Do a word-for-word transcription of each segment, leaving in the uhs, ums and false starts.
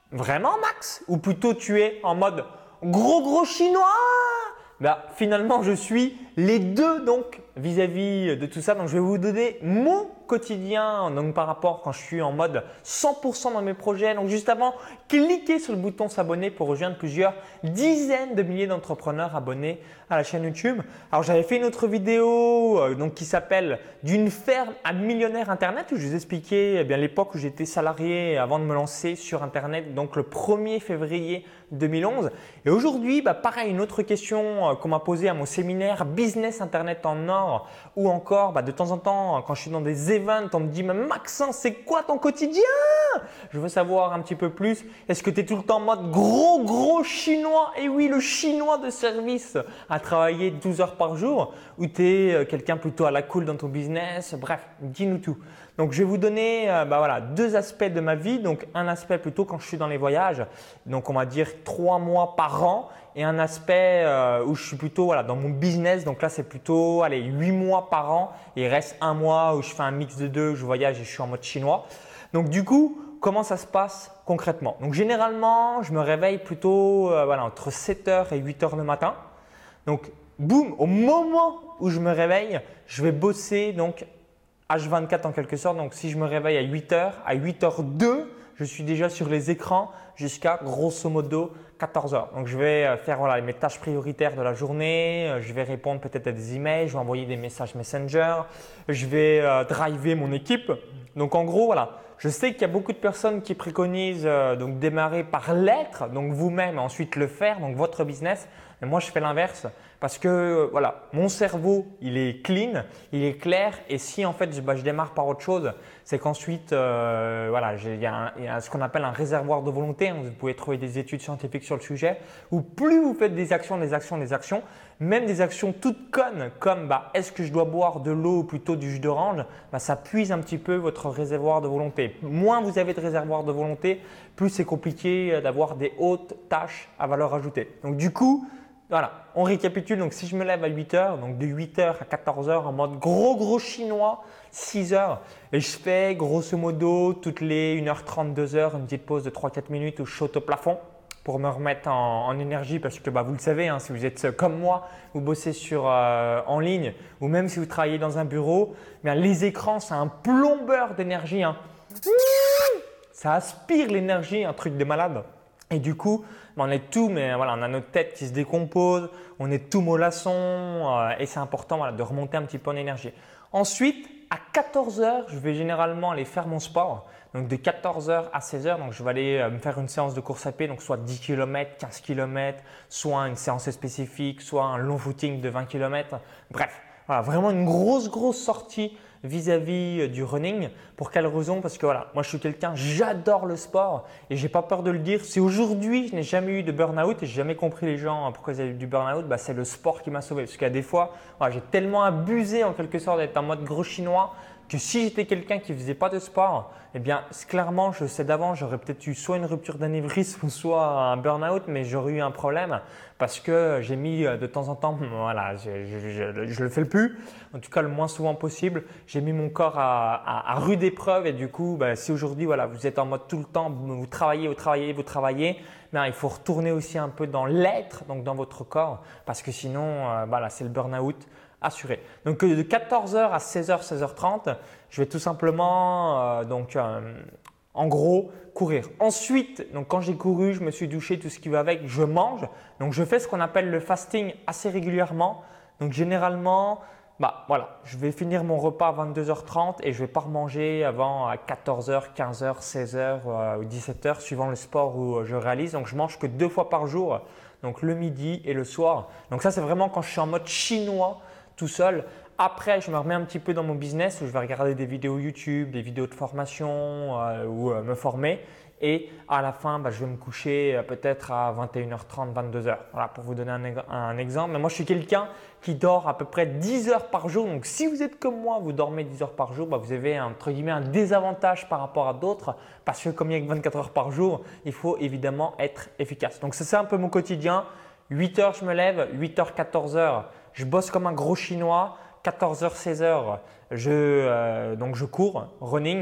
Vraiment Max? Ou plutôt tu es en mode gros gros chinois? Bah, finalement, je suis les deux donc vis-à-vis de tout ça. Donc, je vais vous donner mon quotidien donc par rapport quand je suis en mode cent pour cent dans mes projets. Donc, juste avant, cliquez sur le bouton s'abonner pour rejoindre plusieurs dizaines de milliers d'entrepreneurs abonnés à la chaîne YouTube. Alors, j'avais fait une autre vidéo euh, donc qui s'appelle d'une ferme à millionnaire Internet où je vous expliquais eh bien l'époque où j'étais salarié avant de me lancer sur Internet, donc le premier février deux mille onze. Et aujourd'hui, bah, pareil, une autre question euh, qu'on m'a posée à mon séminaire Business Internet en or ou encore bah, de temps en temps quand je suis dans des events, on me dit « Mais Maxence, c'est quoi ton quotidien ?» Je veux savoir un petit peu plus. Est-ce que tu es tout le temps en mode gros gros chinois? Et oui, le chinois de service à travailler douze heures par jour ou tu es euh, quelqu'un plutôt à la cool dans ton business? Bref, dis-nous tout. Donc, je vais vous donner euh, bah, voilà, deux aspects de ma vie. Donc, un aspect plutôt quand je suis dans les voyages, donc on va dire trois mois par an, et un aspect euh, où je suis plutôt voilà, dans mon business. Donc là, c'est plutôt allez, huit mois par an et il reste un mois où je fais un mix de deux, où je voyage et je suis en mode chinois. Donc, du coup, comment ça se passe concrètement? Donc, généralement, je me réveille plutôt euh, voilà, entre sept heures et huit heures le matin. Donc, boum, au moment où je me réveille, je vais bosser donc H vingt-quatre en quelque sorte. Donc, si je me réveille à huit heures, à huit heures deux, je suis déjà sur les écrans jusqu'à grosso modo quatorze heures. Donc, je vais faire voilà, mes tâches prioritaires de la journée. Je vais répondre peut-être à des emails. Je vais envoyer des messages Messenger. Je vais euh, driver mon équipe. Donc, en gros, voilà. Je sais qu'il y a beaucoup de personnes qui préconisent euh, donc démarrer par l'être, donc vous-même, ensuite le faire, donc votre business. Mais moi, je fais l'inverse parce que euh, voilà, mon cerveau, il est clean, il est clair. Et si en fait, je, bah, je démarre par autre chose, c'est qu'ensuite, euh, voilà, il y, y a ce qu'on appelle un réservoir de volonté. Vous pouvez trouver des études scientifiques sur le sujet. Où plus vous faites des actions, des actions, des actions, même des actions toutes connes comme bah, est-ce que je dois boire de l'eau ou plutôt du jus d'orange, bah, ça puise un petit peu votre réservoir de volonté. Moins vous avez de réservoir de volonté, plus c'est compliqué d'avoir des hautes tâches à valeur ajoutée. Donc du coup, voilà, on récapitule. Donc si je me lève à huit heures, donc de huit heures à quatorze heures en mode gros gros chinois, six heures, et je fais grosso modo toutes les une heure trente, deux heures, une petite pause de trois à quatre minutes où je saute au plafond pour me remettre en, en énergie parce que bah, vous le savez, hein, si vous êtes comme moi, vous bossez sur, euh, en ligne ou même si vous travaillez dans un bureau, bien, les écrans, c'est un plombeur d'énergie. Hein. Ça aspire l'énergie, un truc de malade. Et du coup, on est tout, mais voilà, on a notre tête qui se décompose, on est tout mollasson euh, et c'est important voilà, de remonter un petit peu en énergie. Ensuite, à quatorze heures, je vais généralement aller faire mon sport. Donc de quatorze heures à seize heures, donc je vais aller euh, me faire une séance de course à pied, donc soit dix kilomètres, quinze kilomètres, soit une séance spécifique, soit un long footing de vingt kilomètres. Bref, voilà, vraiment une grosse, grosse sortie vis-à-vis du running. Pour quelle raison? Parce que voilà, moi je suis quelqu'un, j'adore le sport et j'ai pas peur de le dire. Si aujourd'hui je n'ai jamais eu de burn-out et j'ai jamais compris les gens pourquoi ils avaient eu du burn-out, bah, c'est le sport qui m'a sauvé. Parce qu'il y a des fois, voilà, j'ai tellement abusé en quelque sorte d'être en mode gros chinois que si j'étais quelqu'un qui ne faisait pas de sport, eh bien clairement, je sais d'avance, j'aurais peut-être eu soit une rupture d'anévrisme, soit un burn-out, mais j'aurais eu un problème parce que j'ai mis de temps en temps, voilà, je ne le fais le plus, en tout cas le moins souvent possible, j'ai mis mon corps à, à, à rude épreuve et du coup, bah, si aujourd'hui voilà, vous êtes en mode tout le temps, vous travaillez, vous travaillez, vous travaillez, ben, il faut retourner aussi un peu dans l'être, donc dans votre corps parce que sinon, euh, voilà, c'est le burn-out assuré. Donc de quatorze heures à seize heures, seize heures trente, je vais tout simplement euh, donc euh, en gros courir. Ensuite, donc quand j'ai couru, je me suis douché, tout ce qui va avec, je mange. Donc je fais ce qu'on appelle le fasting assez régulièrement. Donc généralement, bah voilà, je vais finir mon repas à vingt-deux heures trente et je ne vais pas remanger avant quatorze heures, quinze heures, seize heures euh, ou dix-sept heures suivant le sport où je réalise. Donc je mange que deux fois par jour, donc le midi et le soir. Donc ça c'est vraiment quand je suis en mode chinois tout seul. Après, je me remets un petit peu dans mon business où je vais regarder des vidéos YouTube, des vidéos de formation euh, ou euh, me former. Et à la fin, bah, je vais me coucher euh, peut-être à vingt et une heures trente, vingt-deux heures. Voilà, pour vous donner un, un exemple. Mais moi, je suis quelqu'un qui dort à peu près dix heures par jour. Donc, si vous êtes comme moi, vous dormez dix heures par jour, bah, vous avez entre guillemets un désavantage par rapport à d'autres parce que comme il n'y a que vingt-quatre heures par jour, il faut évidemment être efficace. Donc, c'est ça un peu mon quotidien. huit heures, je me lève. huit heures, quatorze heures, je bosse comme un gros chinois. quatorze heures, seize heures, je, euh, donc je cours, running.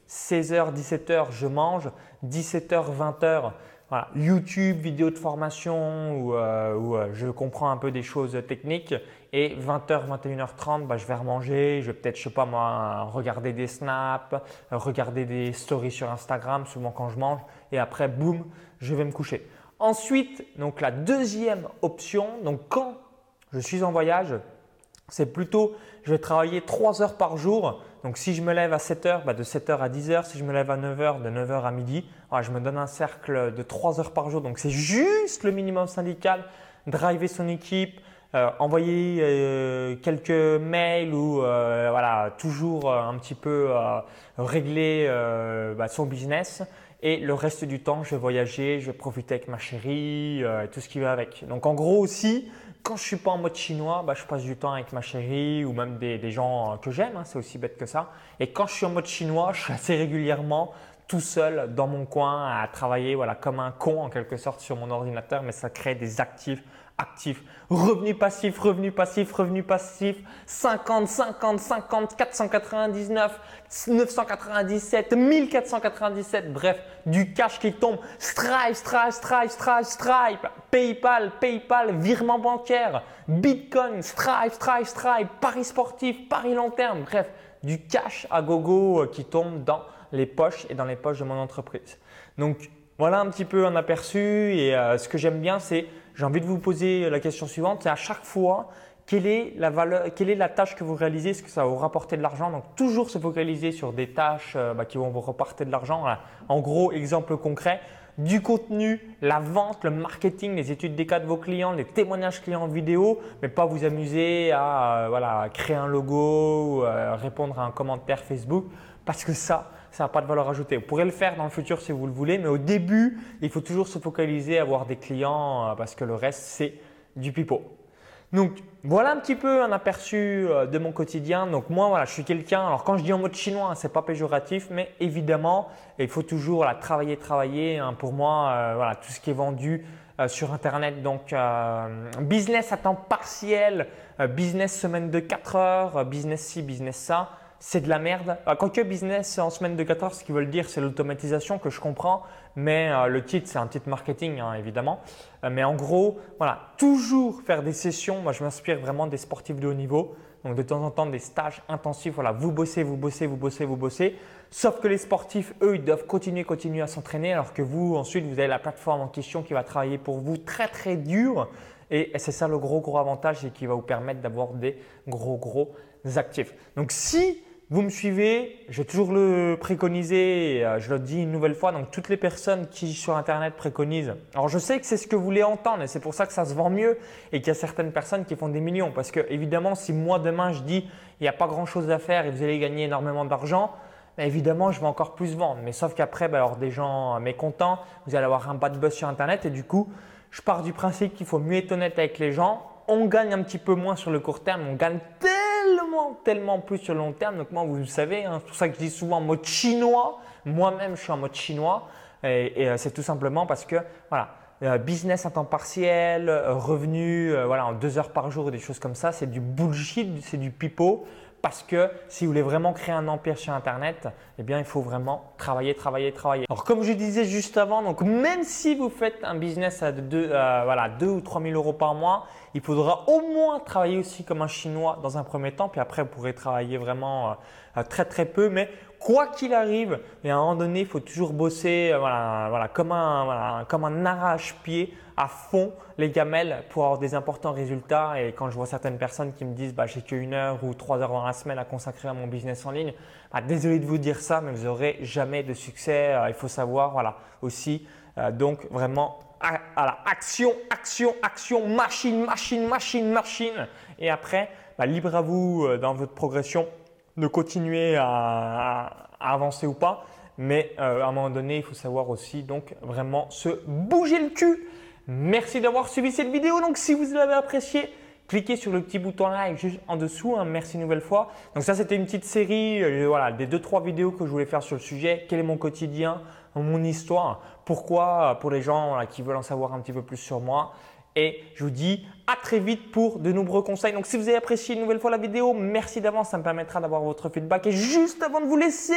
seize heures, dix-sept heures, je mange. dix-sept heures, vingt heures, voilà, YouTube, vidéo de formation où, euh, où euh, je comprends un peu des choses techniques. Et vingt heures, vingt et une heures trente, bah, je vais remanger. Je vais peut-être, je sais pas moi, regarder des snaps, regarder des stories sur Instagram, souvent quand je mange. Et après, boum, je vais me coucher. Ensuite, donc la deuxième option, donc quand je suis en voyage, c'est plutôt je vais travailler trois heures par jour. Donc si je me lève à sept heures, bah de sept heures à dix heures. Si je me lève à neuf heures, de neuf heures à midi. Voilà, je me donne un cercle de trois heures par jour. Donc c'est juste le minimum syndical. Driver son équipe, euh, envoyer euh, quelques mails ou euh, voilà, toujours euh, un petit peu euh, régler euh, bah, son business. Et le reste du temps, je vais voyager, je vais profiter avec ma chérie euh, et tout ce qui va avec. Donc en gros aussi, quand je ne suis pas en mode chinois, bah, je passe du temps avec ma chérie ou même des, des gens que j'aime, hein, c'est aussi bête que ça. Et quand je suis en mode chinois, je suis assez régulièrement tout seul dans mon coin à travailler voilà, comme un con en quelque sorte sur mon ordinateur, mais ça crée des actifs actifs, revenus passifs, revenus passifs, revenus passifs, cinquante, cinquante, cinquante, quatre cent quatre-vingt-dix-neuf, neuf cent quatre-vingt-dix-sept, mille quatre cent quatre-vingt-dix-sept, bref, du cash qui tombe, Stripe, Stripe, Stripe, Stripe, Stripe, PayPal, PayPal, virement bancaire, Bitcoin, Stripe, Stripe, Stripe, paris sportif, paris long terme, bref, du cash à gogo qui tombe dans les poches et dans les poches de mon entreprise. Donc, voilà un petit peu un aperçu et euh, ce que j'aime bien, c'est j'ai envie de vous poser la question suivante, c'est à chaque fois, quelle est la valeur, quelle est la tâche que vous réalisez, est-ce que ça va vous rapporter de l'argent? Donc, toujours se focaliser sur des tâches euh, bah, qui vont vous rapporter de l'argent. Voilà. En gros, exemple concret, du contenu, la vente, le marketing, les études des cas de vos clients, les témoignages clients vidéo, mais pas vous amuser à euh, voilà, créer un logo, ou, euh, répondre à un commentaire Facebook parce que ça, ça n'a pas de valeur ajoutée. Vous pourrez le faire dans le futur si vous le voulez, mais au début, il faut toujours se focaliser à avoir des clients euh, parce que le reste, c'est du pipeau. Donc, voilà un petit peu un aperçu euh, de mon quotidien. Donc, moi, voilà, je suis quelqu'un, alors quand je dis en mode chinois, hein, ce n'est pas péjoratif, mais évidemment, il faut toujours voilà, travailler, travailler. Hein, pour moi, euh, voilà, tout ce qui est vendu euh, sur Internet, donc euh, business à temps partiel, euh, business semaine de quatre heures, euh, business ci, business ça. C'est de la merde. Quoique business en semaine de quatre heures, ce qu'ils veulent dire, c'est l'automatisation que je comprends. Mais euh, le titre, c'est un titre marketing, hein, évidemment. Euh, mais en gros, voilà, toujours faire des sessions. Moi, je m'inspire vraiment des sportifs de haut niveau. Donc, de temps en temps, des stages intensifs. Voilà, vous bossez, vous bossez, vous bossez, vous bossez. Sauf que les sportifs, eux, ils doivent continuer, continuer à s'entraîner. Alors que vous, ensuite, vous avez la plateforme en question qui va travailler pour vous très, très dur. Et c'est ça le gros, gros avantage et qui va vous permettre d'avoir des gros, gros actifs. Donc, si vous me suivez, je vais toujours le préconiser, et, euh, je le dis une nouvelle fois, donc toutes les personnes qui sur Internet préconisent. Alors je sais que c'est ce que vous voulez entendre et c'est pour ça que ça se vend mieux et qu'il y a certaines personnes qui font des millions. Parce que évidemment, si moi demain je dis il n'y a pas grand chose à faire et vous allez gagner énormément d'argent, ben, évidemment je vais encore plus vendre. Mais sauf qu'après, ben, alors des gens mécontents, vous allez avoir un bad buzz sur Internet et du coup, je pars du principe qu'il faut mieux être honnête avec les gens. On gagne un petit peu moins sur le court terme, on gagne tellement, tellement plus sur le long terme. Donc moi, vous le savez, hein, c'est pour ça que je dis souvent en mode chinois. Moi-même, je suis en mode chinois et, et euh, c'est tout simplement parce que voilà, euh, business à temps partiel, euh, revenus euh, voilà, en deux heures par jour, des choses comme ça, c'est du bullshit, c'est du pipeau. Parce que si vous voulez vraiment créer un empire sur Internet, eh bien, il faut vraiment travailler, travailler, travailler. Alors, comme je disais juste avant, donc même si vous faites un business à deux, euh, voilà, deux ou trois mille euros par mois, il faudra au moins travailler aussi comme un Chinois dans un premier temps. Puis après, vous pourrez travailler vraiment euh, très, très peu. Mais quoi qu'il arrive, et à un moment donné, il faut toujours bosser euh, voilà, voilà, comme un, voilà, comme un arrache-pied à fond les gamelles pour avoir des importants résultats. Et quand je vois certaines personnes qui me disent bah, j'ai qu'une heure ou trois heures dans la semaine à consacrer à mon business en ligne, bah, désolé de vous dire ça, mais vous n'aurez jamais de succès. Euh, il faut savoir voilà, aussi euh, donc vraiment à, à la action, action, action, machine, machine, machine, machine. Et après, bah, libre à vous euh, dans votre progression de continuer à, à, à avancer ou pas. Mais euh, à un moment donné, il faut savoir aussi donc vraiment se bouger le cul. Merci d'avoir suivi cette vidéo. Donc, si vous l'avez appréciée, cliquez sur le petit bouton like juste en dessous. Hein. Merci une nouvelle fois. Donc, ça, c'était une petite série euh, voilà, des deux trois vidéos que je voulais faire sur le sujet. Quel est mon quotidien, mon histoire, pourquoi pour les gens voilà, qui veulent en savoir un petit peu plus sur moi. Et je vous dis à très vite pour de nombreux conseils. Donc, si vous avez apprécié une nouvelle fois la vidéo, merci d'avance. Ça me permettra d'avoir votre feedback. Et juste avant de vous laisser,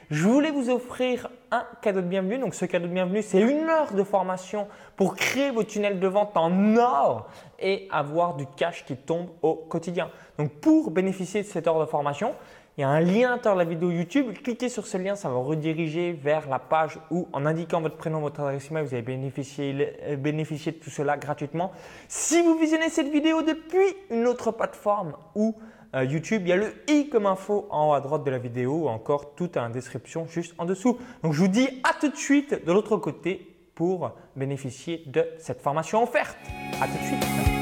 Je voulais vous offrir un cadeau de bienvenue. Donc, ce cadeau de bienvenue, c'est une heure de formation pour créer vos tunnels de vente en or et avoir du cash qui tombe au quotidien. Donc, pour bénéficier de cette heure de formation, il y a un lien à l'intérieur de la vidéo YouTube. Cliquez sur ce lien, ça va vous rediriger vers la page où, en indiquant votre prénom, votre adresse email, vous allez bénéficier, bénéficier de tout cela gratuitement. Si vous visionnez cette vidéo depuis une autre plateforme ou euh, YouTube, il y a le i comme info en haut à droite de la vidéo ou encore tout en description juste en dessous. Donc, je vous dis à tout de suite de l'autre côté pour bénéficier de cette formation offerte. À tout de suite.